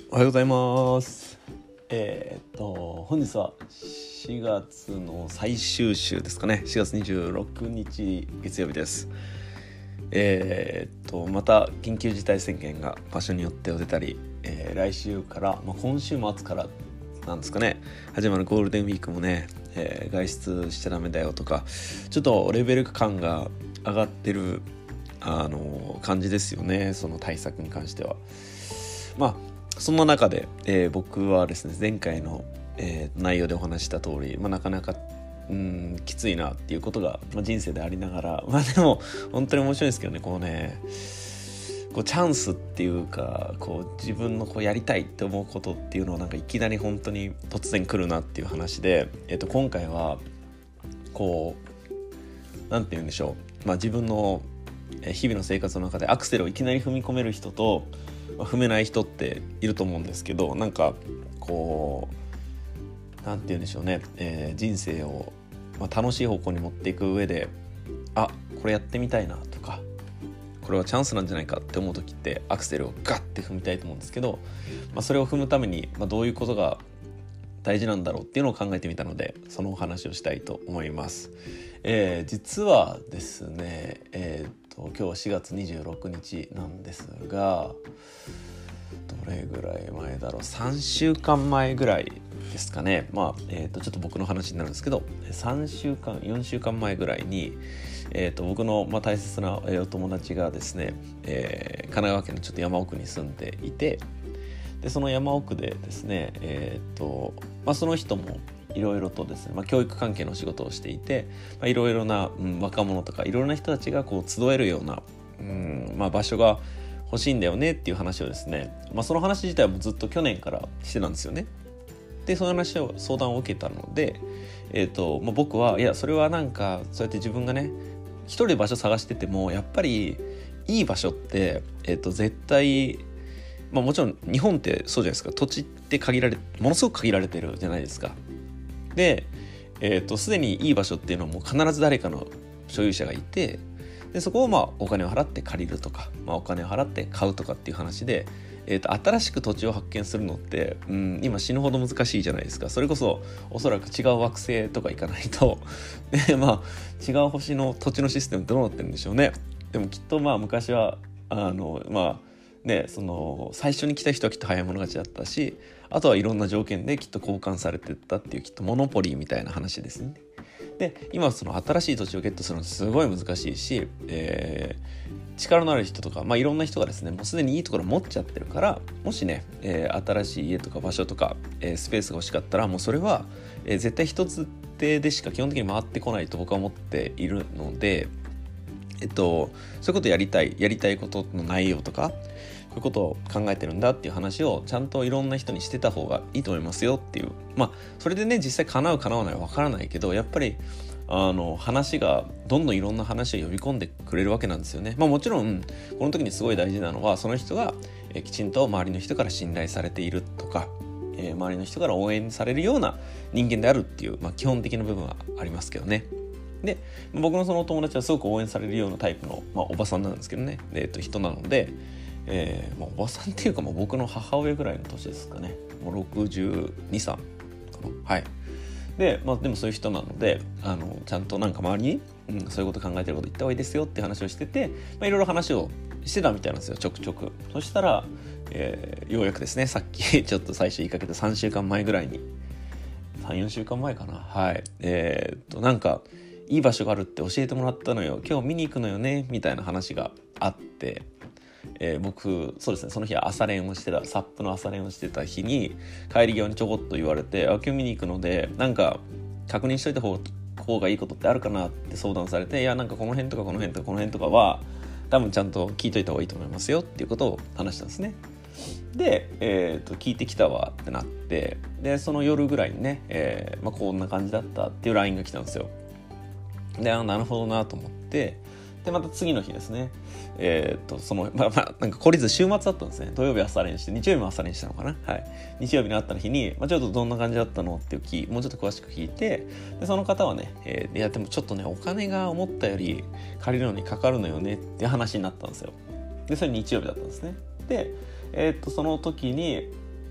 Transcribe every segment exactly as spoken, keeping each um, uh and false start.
おはようございます。えー、っと本日はしがつの最終週ですかね。しがつにじゅうろくにち月曜日です。えー、っとまた緊急事態宣言が場所によって出たり、えー、来週から、まあ、今週末からなんですかね始まるゴールデンウィークもね、えー、外出しちゃダメだよとかちょっとレベル感が上がってるあの感じですよね。その対策に関してはまあそんな中で、えー、僕はですね前回の、えー、内容でお話した通り、まあ、なかなかうんきついなっていうことが、まあ、人生でありながらまあでも本当に面白いですけどねこうねこうチャンスっていうかこう自分のこうやりたいって思うことっていうのはなんかいきなり本当に突然来るなっていう話で、えー、と今回はこうなんて言うんでしょう、まあ、自分の日々の生活の中でアクセルをいきなり踏み込める人と踏めない人っていると思うんですけど、なんかこうなんて言うんでしょうね、えー、人生を、まあ、楽しい方向に持っていく上であこれやってみたいなとかこれはチャンスなんじゃないかって思う時ってアクセルをガッて踏みたいと思うんですけど、まあ、それを踏むために、まあ、どういうことが大事なんだろうっていうのを考えてみたのでそのお話をしたいと思います。えー、実はですね、えー、っと今日はしがつにじゅうろくにちなんですがどれぐらい前だろうさんしゅうかんまえぐらいですかね。まあ、えー、とちょっと僕の話になるんですけどさんしゅうかんよんしゅうかんまえぐらいに、えー、と僕の、まあ、大切なお友達がですね、えー、神奈川県のちょっと山奥に住んでいてでその山奥でですね、えーとまあ、その人もいろいろとですね、まあ、教育関係の仕事をしていていろいろな、うん、若者とかいろいろな人たちがこう集えるような、うんまあ、場所が欲しいんだよねっていう話をですね、まあ、その話自体もずっと去年からしてたんですよね。でその話を相談を受けたので、えーとまあ、僕はいやそれはなんかそうやって自分がね一人で場所探しててもやっぱりいい場所って、えーと絶対まあ、もちろん日本ってそうじゃないですか。土地って限られものすごく限られてるじゃないですか。で、えーと、すでにいい場所っていうのはもう必ず誰かの所有者がいてでそこをまあお金を払って借りるとか、まあ、お金を払って買うとかっていう話で、えーと、新しく土地を発見するのって、うん、今死ぬほど難しいじゃないですか。それこそおそらく違う惑星とか行かないとで、まあ、違う星の土地のシステムどうなってるんでしょうね。でもきっとまあ昔はあのまあね、その最初に来た人はきっと早い者勝ちだったしあとはいろんな条件できっと交換されてったっていうきっとモノポリーみたいな話ですね。で今その新しい土地をゲットするのすごい難しいし、えー、力のある人とか、まあ、いろんな人がですねもうすでにいいところ持っちゃってるからもしね、えー、新しい家とか場所とか、えー、スペースが欲しかったらもうそれは、えー、絶対一つ手でしか基本的に回ってこないと僕は思っているのでえっと、そういうことやりたいやりたいことの内容とかこういうことを考えてるんだっていう話をちゃんといろんな人にしてた方がいいと思いますよっていうまあそれでね実際叶う叶わないは分からないけどやっぱりあの話がどんどんいろんな話を呼び込んでくれるわけなんですよね。まあもちろんこの時にすごい大事なのはその人がえきちんと周りの人から信頼されているとか、えー、周りの人から応援されるような人間であるっていう、まあ、基本的な部分はありますけどね。で僕のそのお友達はすごく応援されるようなタイプの、まあ、おばさんなんですけどね、えー、と人なので、えーまあ、おばさんっていうか、まあ、僕の母親ぐらいの年ですかね。もうろくじゅうに、さんかな。はいで、まあ、でもそういう人なのであのちゃんとなんか周りに、うん、そういうこと考えてること言った方がいいですよって話をしてて、まあ、いろいろ話をしてたみたいなんですよちょくちょく。そしたら、えー、ようやくですねさっきちょっと最初言いかけたさんしゅうかんまえぐらいにさん、よんしゅうかんまえかな。はいえー、っとなんかいい場所があるって教えてもらったのよ今日見に行くのよねみたいな話があって、えー、僕そうですねその日は朝練をしてたサップの朝練をしてた日に帰り際にちょこっと言われてあ今日見に行くのでなんか確認しといた方方がいいことってあるかなって相談されていやなんかこの辺とかこの辺とかこの辺とかは多分ちゃんと聞いといた方がいいと思いますよっていうことを話したんですね。で、えー、と聞いてきたわってなってでその夜ぐらいにね、えーまあ、こんな感じだったっていう ライン が来たんですよ。であなるほどなと思ってでまた次の日ですねえー、っとそのまあまあなんか懲りず週末だったんですね。土曜日朝練して日曜日も朝練したのかな。はい日曜日に会った日に、まあ、ちょっとどんな感じだったのっていう聞もうちょっと詳しく聞いてでその方はね、えー、いやでもちょっとねお金が思ったより借りるのにかかるのよねっていう話になったんですよ。でそれ日曜日だったんですね。で、えー、っとその時に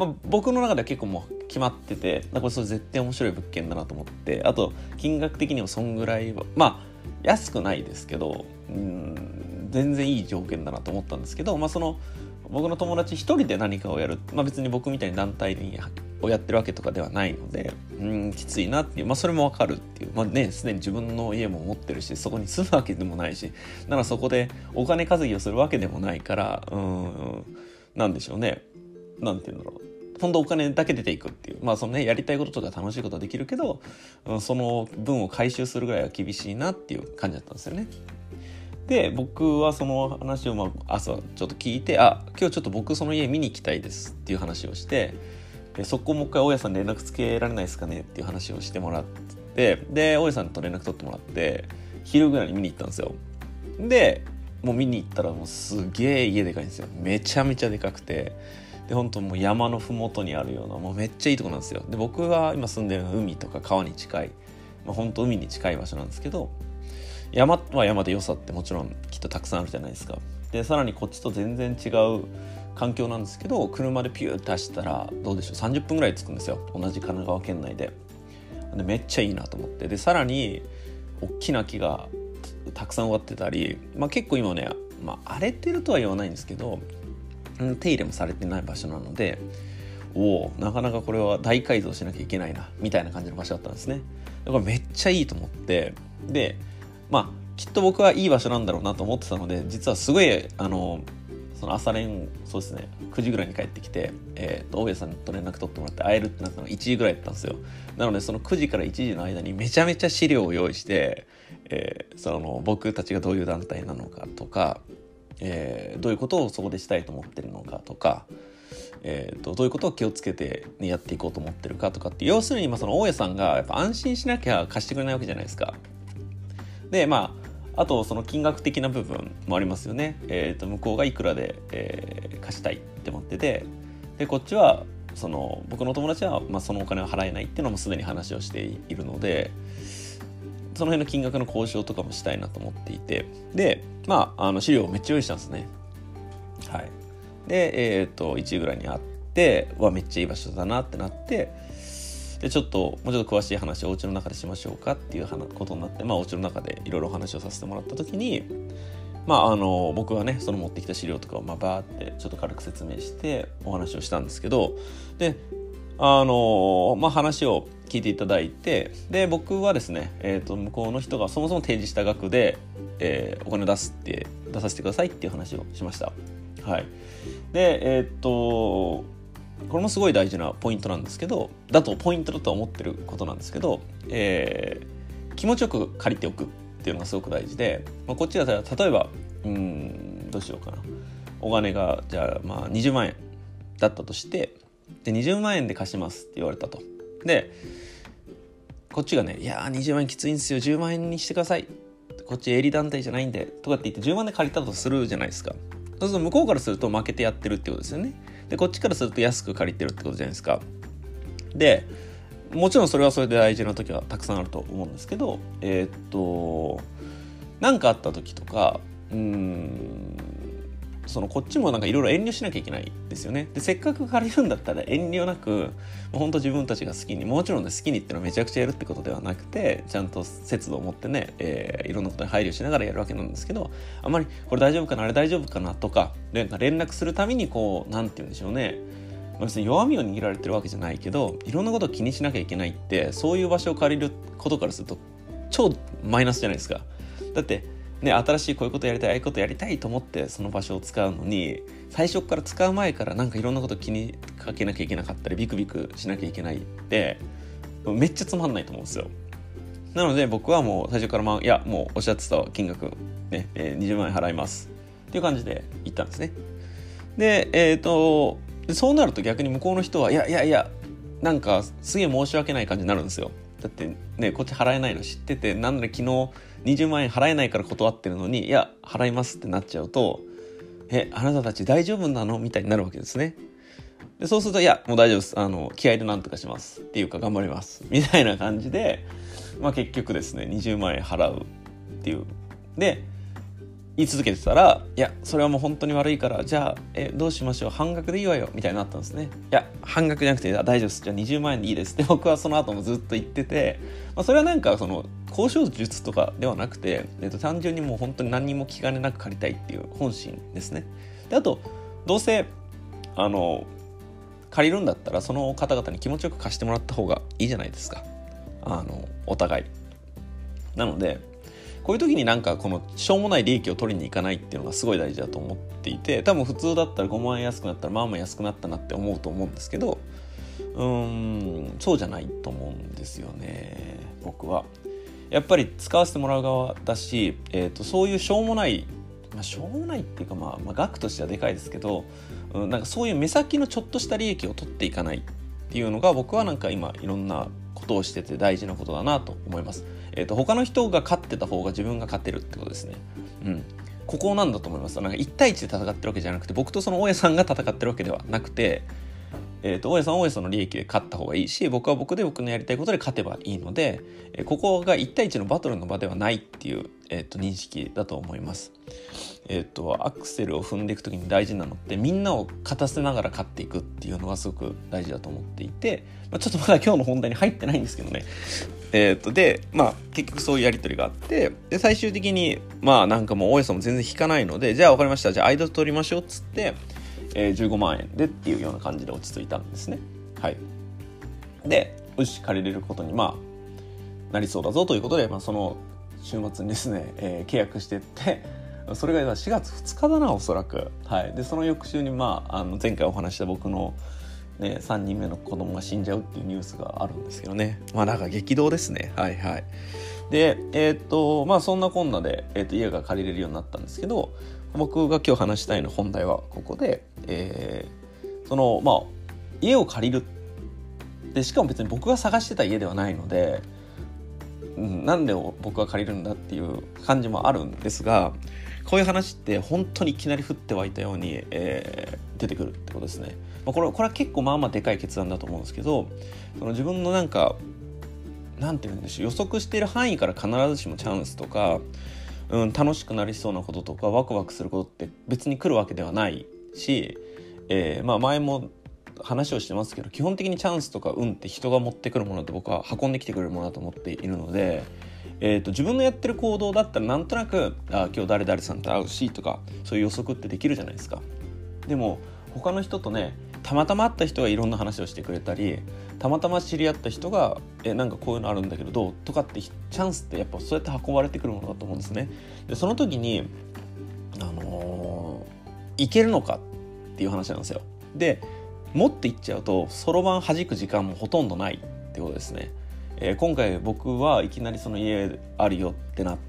まあ、僕の中では結構もう決まってて、これそれ絶対面白い物件だなと思って、あと金額的にもそんぐらいはまあ安くないですけど、うん、全然いい条件だなと思ったんですけど、まあその僕の友達一人で何かをやる、まあ、別に僕みたいに団体をやってるわけとかではないので、うんきついなっていう、まあ、それも分かるっていう、まあね、すでに自分の家も持ってるし、そこに住むわけでもないし、ならそこでお金稼ぎをするわけでもないから、うんなんでしょうね、なんていうんだろう、本当お金だけ出ていくっていう、まあそのね、やりたいこととか楽しいことはできるけど、うん、その分を回収するぐらいは厳しいなっていう感じだったんですよね。で僕はその話をまあ朝ちょっと聞いて、あ今日ちょっと僕その家見に行きたいですっていう話をして、でそこもう一回大家さん連絡つけられないですかねっていう話をしてもらって、で大家さんと連絡取ってもらって昼ぐらいに見に行ったんですよ。でもう見に行ったらもうすげえ家でかいんですよ。めちゃめちゃでかくて、で本当もう山のふもとにあるようなもうめっちゃいいとこなんですよ。で僕が今住んでるのは海とか川に近い、まあ、本当海に近い場所なんですけど、山は山で良さってもちろんきっとたくさんあるじゃないですか。でさらにこっちと全然違う環境なんですけど、車でピューって走ったらどうでしょう、さんじゅっぷんぐらい着くんですよ、同じ神奈川県内で。でめっちゃいいなと思って、でさらに大きな木がたくさん植わってたり、まあ、結構今ね、まあ、荒れてるとは言わないんですけど、手入れもされてない場所なので、おおなかなかこれは大改造しなきゃいけないなみたいな感じの場所だったんですね。だからめっちゃいいと思って、でまあきっと僕はいい場所なんだろうなと思ってたので、実はすごいあのその朝練、そうですねくじぐらいに帰ってきて、えー、と大家さんと連絡取ってもらって会えるってなったのがいちじぐらいだったんですよ。なのでそのくじからいちじの間にめちゃめちゃ資料を用意して、えー、その僕たちがどういう団体なのかとか、えー、どういうことをそこでしたいと思ってるのかとか、えー、とどういうことを気をつけて、ね、やっていこうと思ってるかとかっていう、要するに今その大家さんがやっぱ安心しなきゃ貸してくれないわけじゃないですか。でまああとその金額的な部分もありますよね。えー、と向こうがいくらで、えー、貸したいって思ってて、でこっちはその僕の友達は、まあ、そのお金を払えないっていうのもすでに話をしているので、その辺の金額の交渉とかもしたいなと思っていて、でまああの資料をめっちゃ用意したんですね。はいでえっ、ー、といちじぐらいに会って、わめっちゃいい場所だなってなって、でちょっともうちょっと詳しい話をお家の中でしましょうかっていうことになって、まあ、お家の中でいろいろお話をさせてもらった時に、まあ、あの僕はねその持ってきた資料とかをまあバーってちょっと軽く説明してお話をしたんですけど、であのまあ話を聞いていただいて、で僕はですね、えー、と向こうの人がそもそも提示した額で、えー、お金を出すって出させてくださいっていう話をしました。はい、でえっ、ー、とこれもすごい大事なポイントなんですけど、だとポイントだとは思ってることなんですけど、えー、気持ちよく借りておくっていうのがすごく大事で、まあ、こっちだったら例えばうーんどうしようかな、お金がじゃあまあにじゅうまんえんだったとして、でにじゅうまんえんで貸しますって言われたと。でこっちがね、いやーにじゅうまんえんきついんですよ、じゅうまんえんにしてください、こっち営利団体じゃないんでとかって言ってじゅうまんで借りたとするじゃないですか。そうすると向こうからすると負けてやってるってことですよね。でこっちからすると安く借りてるってことじゃないですか。でもちろんそれはそれで大事な時はたくさんあると思うんですけど、えー、っと何かあった時とかうーんそのこっちもなんかいろいろ遠慮しなきゃいけないですよね。でせっかく借りるんだったら遠慮なく本当自分たちが好きに、もちろんね好きにっていうのはめちゃくちゃやるってことではなくて、ちゃんと節度を持ってね、えー、いろんなことに配慮しながらやるわけなんですけど、あんまりこれ大丈夫かなあれ大丈夫かなとか連絡するためにこうなんて言うんでしょうね、別に弱みを握られてるわけじゃないけど、いろんなことを気にしなきゃいけないって、そういう場所を借りることからすると超マイナスじゃないですか。だってね、新しいこういうことやりたいああいうことやりたいと思ってその場所を使うのに、最初から使う前からなんかいろんなこと気にかけなきゃいけなかったりビクビクしなきゃいけないってめっちゃつまんないと思うんですよ。なので僕はもう最初から、まあ、いやもうおっしゃってた金額、ねえー、にじゅうまんえん払いますっていう感じで言ったんですね。でえっ、ー、とそうなると逆に向こうの人はいやいやいやなんかすげえ申し訳ない感じになるんですよ。だってねこっち払えないの知ってて、なんで昨日にじゅうまんえん払えないから断ってるのにいや払いますってなっちゃうと、えあなたたち大丈夫なのみたいになるわけですね。でそうするといやもう大丈夫です、あの気合でなんとかしますっていうか頑張りますみたいな感じで、まあ、結局ですねにじゅうまんえん払うっていう。で言い続けてたら、いやそれはもう本当に悪いから、じゃあえどうしましょう、半額でいいわよみたいになったんですね。いや半額じゃなくて大丈夫です、じゃあにじゅうまんえんでいいですって僕はその後もずっと言ってて、まあ、それはなんかその交渉術とかではなくて、えっと、単純にもう本当に何にも気兼ねなく借りたいっていう本心ですね。であとどうせあの借りるんだったらその方々に気持ちよく貸してもらった方がいいじゃないですか、あのお互い。なのでこういう時になんかこのしょうもない利益を取りに行かないっていうのがすごい大事だと思っていて、多分普通だったらごまんえん安くなったらまあまあ安くなったなって思うと思うんですけど、うーんそうじゃないと思うんですよね。僕はやっぱり使わせてもらう側だし、えーと、そういうしょうもない、まあ、しょうもないっていうか、まあ、まあ額としてはでかいですけど、うん、なんかそういう目先のちょっとした利益を取っていかないっていうのが僕はなんか今いろんなことをしてて大事なことだなと思います。えーと、他の人が勝ってた方が自分が勝てるってことですね。うん、ここなんだと思います。なんかいち対いちで戦ってるわけじゃなくて、僕とその大家さんが戦ってるわけではなくて、えーと、大家さんは大家さんの利益で勝った方がいいし、僕は僕で僕のやりたいことで勝てばいいので、えー、ここがいち対いちのバトルの場ではないっていう、えーと、認識だと思います。えーと、アクセルを踏んでいくときに大事なのってみんなを勝たせながら勝っていくっていうのがすごく大事だと思っていて、まあ、ちょっとまだ今日の本題に入ってないんですけどね。えーと、で、まあ結局そういうやり取りがあって、で最終的にまあなんかもう大家さんも全然引かないので、じゃあ分かりました、じゃあ間取りましょうっつって、えー、じゅうごまんえんでっていうような感じで落ち着いたんですね。はい。で、よし借りれることにまあなりそうだぞということで、まあ、その週末にですね、えー、契約してって、それがしがつふつかだなおそらく。はい。でその翌週にまああの前回お話した僕のね、さんにんめの子供が死んじゃうっていうニュースがあるんですけどね。まあなんか激動ですね。はいはい。で、えー、っとまあそんなこんなで、えー、っと家が借りれるようになったんですけど、僕が今日話したいの本題はここで、えー、そのまあ家を借りるで、しかも別に僕が探してた家ではないので、うん、なんで僕が借りるんだっていう感じもあるんですが、こういう話って本当にいきなり降って湧いたように、えー、出てくるってことですね。まあ、これこれは結構まあまあでかい決断だと思うんですけど、その自分のなんかなんていうんでしょう、予測している範囲から必ずしもチャンスとか、うん、楽しくなりそうなこととかワクワクすることって別に来るわけではないし、えー、まあ前も話をしてますけど、基本的にチャンスとか運って人が持ってくるものだと僕は運んできてくれるものだと思っているので、えーと、自分のやってる行動だったらなんとなくあ今日誰々さんと会うしとかそういう予測ってできるじゃないですか。でも他の人とね、たまたま会った人がいろんな話をしてくれたり、たまたま知り合った人がえなんかこういうのあるんだけどどうとかってチャンスってやっぱそうやって運ばれてくるものだと思うんですね。でその時にあのー、いけるのかっていう話なんですよ。で持っていっちゃうとそろばん弾く時間もほとんどないってことですね。えー、今回僕はいきなりその家あるよってなって、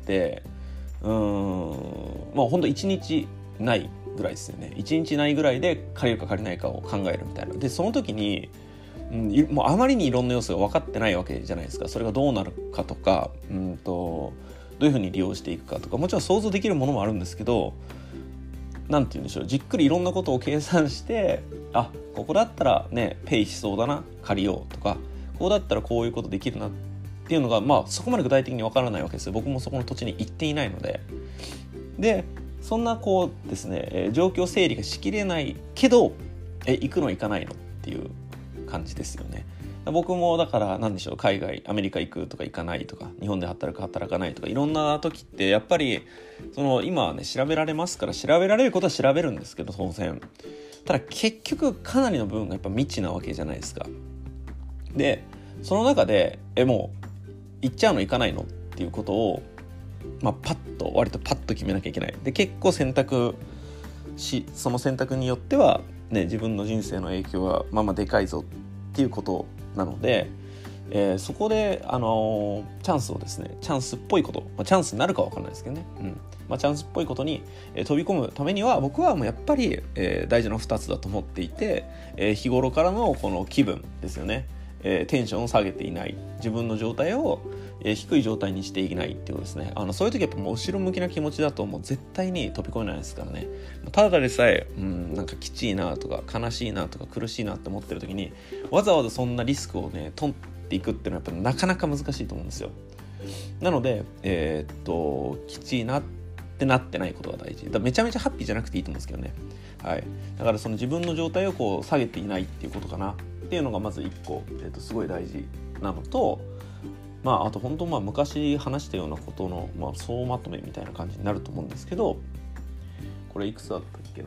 うーんまあほんといちにちないぐらいですよね。いちにちないぐらいで借りるか借りないかを考えるみたいな。でその時に、うん、もうあまりにいろんな要素が分かってないわけじゃないですか。それがどうなるかとか、うんとどういうふうに利用していくかとか、もちろん想像できるものもあるんですけど、なんて言うんでしょう、じっくりいろんなことを計算して、あここだったらねペイしそうだな借りようとか、ここだったらこういうことできるなっていうのがまあそこまで具体的に分からないわけですよ。僕もそこの土地に行っていないので。でそんなこうですね、えー、状況整理がしきれないけどえ行くの行かないのっていう感じですよね。僕もだから何でしょう、海外アメリカ行くとか行かないとか、日本で働く働かないとか、いろんな時ってやっぱりその今はね調べられますから、調べられることは調べるんですけど当然、ただ結局かなりの部分がやっぱ未知なわけじゃないですか。でその中でえもう行っちゃうの行かないのっていうことをまあ、パッと割とパッと決めなきゃいけない。で結構選択しその選択によっては、ね、自分の人生の影響はまあまあでかいぞっていうことなので、えー、そこで、あのー、チャンスをですねチャンスっぽいこと、まあ、チャンスになるかは分からないですけどね、うんまあ、チャンスっぽいことに、えー、飛び込むためには僕はもうやっぱり、えー、大事なふたつだと思っていて、えー、日頃からのこの気分ですよね、えー、テンションを下げていない、自分の状態をえー、低い状態にしていけないっていうことですね。あのそういう時やっぱもう後ろ向きな気持ちだともう絶対に飛び越えないですからね。ただでさえ、うん、なんかきちいなとか悲しいなとか苦しいなって思ってる時にわざわざそんなリスクをね取っていくっていうのはやっぱなかなか難しいと思うんですよ。なので、えー、っときちいなっってなってないことが大事。だからめちゃめちゃハッピーじゃなくていいと思うんですけどね。はい、だからその自分の状態をこう下げていないっていうことかなっていうのがまずいっこ、えー、とすごい大事なのと、まあ、あと本当まあ昔話したようなことの、まあ、総まとめみたいな感じになると思うんですけど、これいくつだったっけな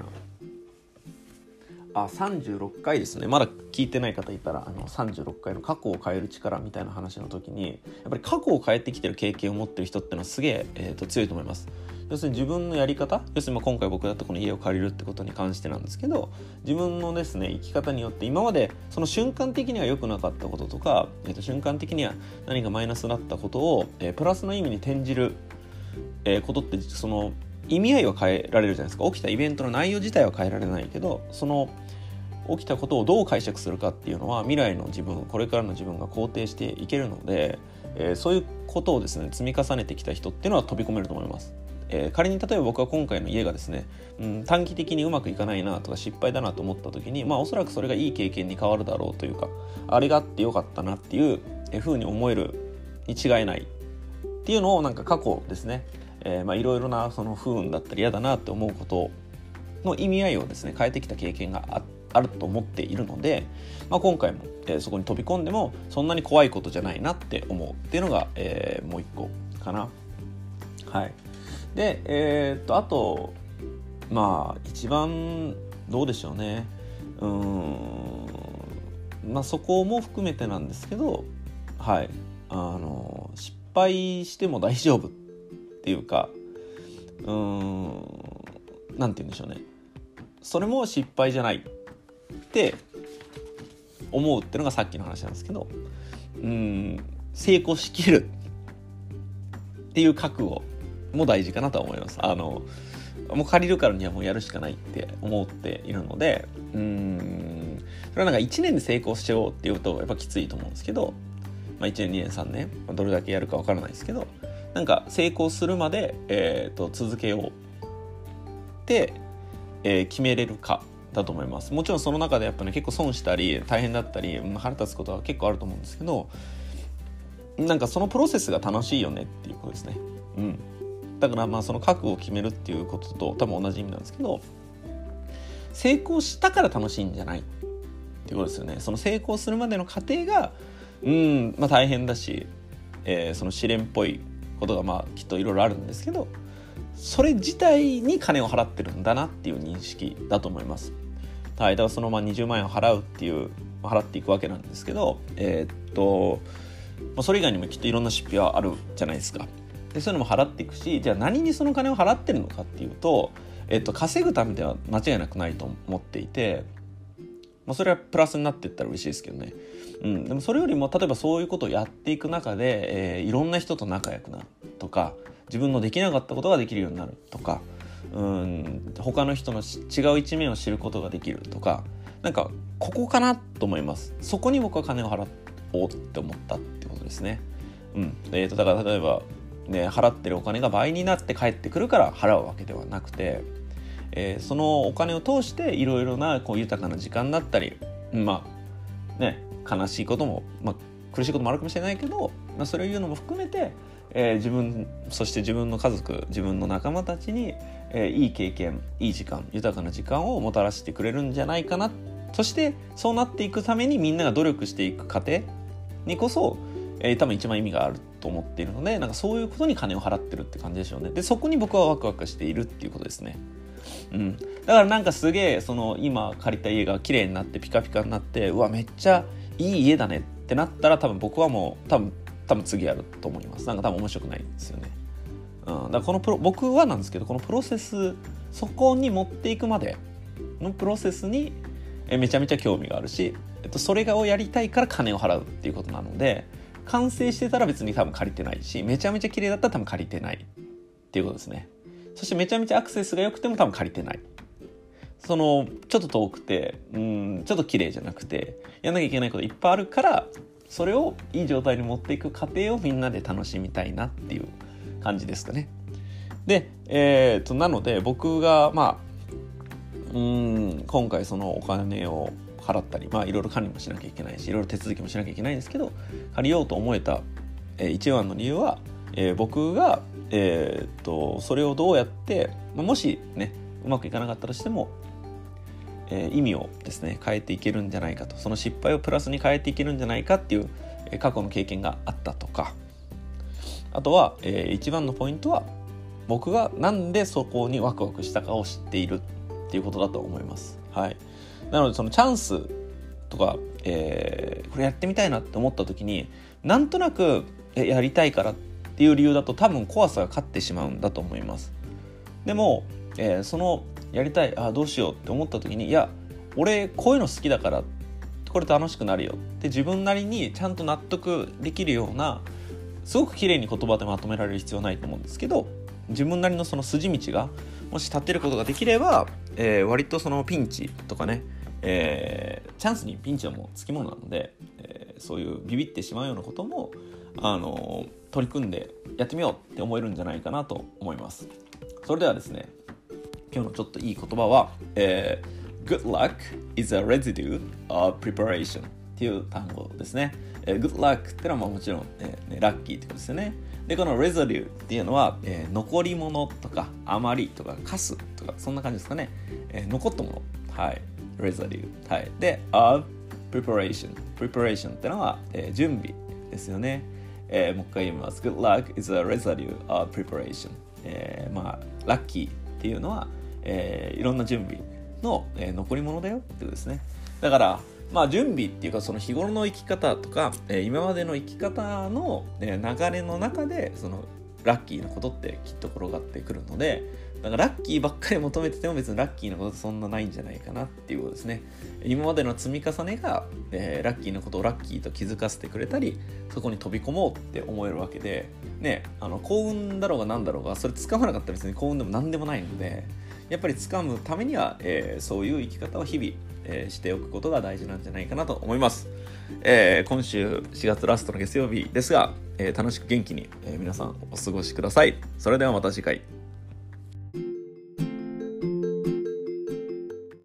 あさんじゅうろっかいですね。まだ聞いてない方いたらあのさんじゅうろっかいの過去を変える力みたいな話の時に、やっぱり過去を変えてきてる経験を持ってる人ってのはすげえ、えー、と強いと思います。要するに自分のやり方、要するに今回僕だったこの家を借りるってことに関してなんですけど、自分のですね生き方によって今までその瞬間的には良くなかったこととか、えー、と瞬間的には何かマイナスだったことを、えー、プラスの意味に転じる、えー、ことってその意味合いは変えられるじゃないですか。起きたイベントの内容自体は変えられないけど、その起きたことをどう解釈するかっていうのは未来の自分、これからの自分が肯定していけるので、えー、そういうことをですね積み重ねてきた人っていうのは飛び込めると思います。えー、仮に例えば僕は今回の家がですね、うん、短期的にうまくいかないなとか失敗だなと思った時に、まあおそらくそれがいい経験に変わるだろうというか、あれがあってよかったなっていうふうに思えるに違いないっていうのをなんか過去ですね、えー、まあいろいろなその不運だったり嫌だなって思うことの意味合いをですね変えてきた経験がああると思っているので、まあ、今回も、えー、そこに飛び込んでもそんなに怖いことじゃないなって思うっていうのが、えー、もう一個かな。はい。で、えー、っとあとまあ一番どうでしょうね、うーんまあそこも含めてなんですけど、はいあの失敗しても大丈夫っていうか、うーんなんて言うんでしょうね、それも失敗じゃないって思うっていうのがさっきの話なんですけど、うーん成功しきるっていう覚悟も大事かなとは思います。あのもう借りるからにはもうやるしかないって思っているので、うーんそれはなんかいちねんで成功しようっていうとやっぱきついと思うんですけど、まあ、いちねんにねんさんねんどれだけやるかわからないですけど、なんか成功するまで、えー、と続けようって、えー、決めれるかだと思います。もちろんその中でやっぱね結構損したり大変だったり腹立つことは結構あると思うんですけど、なんかそのプロセスが楽しいよねっていうことですね。うん。だからまあその覚悟を決めるっていうことと多分同じ意味なんですけど、成功したから楽しいんじゃないっていうことですよね。その成功するまでの過程がうんまあ大変だし、えー、その試練っぽいことがまあきっといろいろあるんですけど、それ自体に金を払ってるんだなっていう認識だと思います。はい、だからそのまあにじゅうまんえんを払うっていう払っていくわけなんですけど、えー、っとそれ以外にもきっといろんな出費はあるじゃないですか。でそういうのも払っていくし、じゃあ何にその金を払ってるのかっていうと、えっと、稼ぐためでは間違いなくないと思っていて、まあ、それはプラスになっていったら嬉しいですけどね、うん、でもそれよりも例えばそういうことをやっていく中で、えー、いろんな人と仲良くなるとか、自分のできなかったことができるようになるとか、うん他の人の違う一面を知ることができるとか、なんかここかなと思います。そこに僕は金を払おうって思ったってことですね。うんえー、とだから例えばね、払ってるお金が倍になって帰ってくるから払うわけではなくて、えー、そのお金を通していろいろなこう豊かな時間だったり、まあね悲しいことも、まあ、苦しいこともあるかもしれないけど、まあ、それを言うのも含めて、えー、自分そして自分の家族、自分の仲間たちに、えー、いい経験、いい時間、豊かな時間をもたらしてくれるんじゃないかな。そしてそうなっていくためにみんなが努力していく過程にこそ、えー、多分一番意味があると思っているので、なんかそういうことに金を払ってるって感じでしょうね。でそこに僕はワクワクしているっていうことですね。うん、だからなんかすげえその今借りた家が綺麗になってピカピカになって、うわめっちゃいい家だねってなったら、多分僕はもう多分多分次やると思います。なんか多分面白くないんですよね。うん、だからこのプロ僕はなんですけど、このプロセス、そこに持っていくまでのプロセスにえめちゃめちゃ興味があるし、えっと、それをやりたいから金を払うっていうことなので、完成してたら別に多分借りてないし、めちゃめちゃ綺麗だったら多分借りてないっていうことですね。そしてめちゃめちゃアクセスが良くても多分借りてない。そのちょっと遠くてうんちょっと綺麗じゃなくてやんなきゃいけないこといっぱいあるから、それをいい状態に持っていく過程をみんなで楽しみたいなっていう感じですかね。で、えー、となので僕がまあうん今回そのお金を払ったり、まあいろいろ管理もしなきゃいけないし、いろいろ手続きもしなきゃいけないんですけど、借りようと思えた、えー、一番の理由は、えー、僕がえー、っとそれをどうやって、もしねうまくいかなかったとしても、えー、意味をですね変えていけるんじゃないかと、その失敗をプラスに変えていけるんじゃないかっていう、えー、過去の経験があったとか、あとは、えー、一番のポイントは僕がなんでそこにワクワクしたかを知っているっていうことだと思います。はい。なのでそのチャンスとか、えー、これやってみたいなって思った時になんとなくやりたいからっていう理由だと多分怖さが勝ってしまうんだと思います。でも、えー、そのやりたい、あどうしようって思った時に、いや俺こういうの好きだからこれ楽しくなるよって自分なりにちゃんと納得できるような、すごく綺麗に言葉でまとめられる必要はないと思うんですけど、自分なりのその筋道がもし立てることができれば、えー、割とそのピンチとかね、えー、チャンスにピンチはもうつきものなので、えー、そういうビビってしまうようなことも、あのー、取り組んでやってみようって思えるんじゃないかなと思います。それではですね、今日のちょっといい言葉は、えー、Good luck is a residue of preparation っていう単語ですね。えー、Good luck ってのはまあもちろん、えーね、ラッキーってことですよね。でこの residue っていうのは、えー、残り物とか余りとかカスとかそんな感じですかね、えー、残ったもの、はい、residue、はい、で of preparation preparation ってのは、えー、準備ですよね。えー、もう一回言います。 Good luck is a residue of preparation、えー、まあラッキーっていうのは、えー、いろんな準備の、えー、残り物だよってことですね。だからまあ準備っていうかその日頃の生き方とか、えー、今までの生き方の、えー、流れの中でそのラッキーなことってきっと転がってくるので、だからラッキーばっかり求めてても別にラッキーなことってそんなないんじゃないかなっていうことですね。今までの積み重ねが、えー、ラッキーなことをラッキーと気づかせてくれたり、そこに飛び込もうって思えるわけでね、あの幸運だろうが何だろうがそれ掴まなかったら別に幸運でも何でもないので、やっぱり掴むためには、えー、そういう生き方を日々えー、しておくことが大事なんじゃないかなと思います。えー、今週しがつラストの月曜日ですが、えー、楽しく元気に、えー、皆さんお過ごしください。それではまた次回。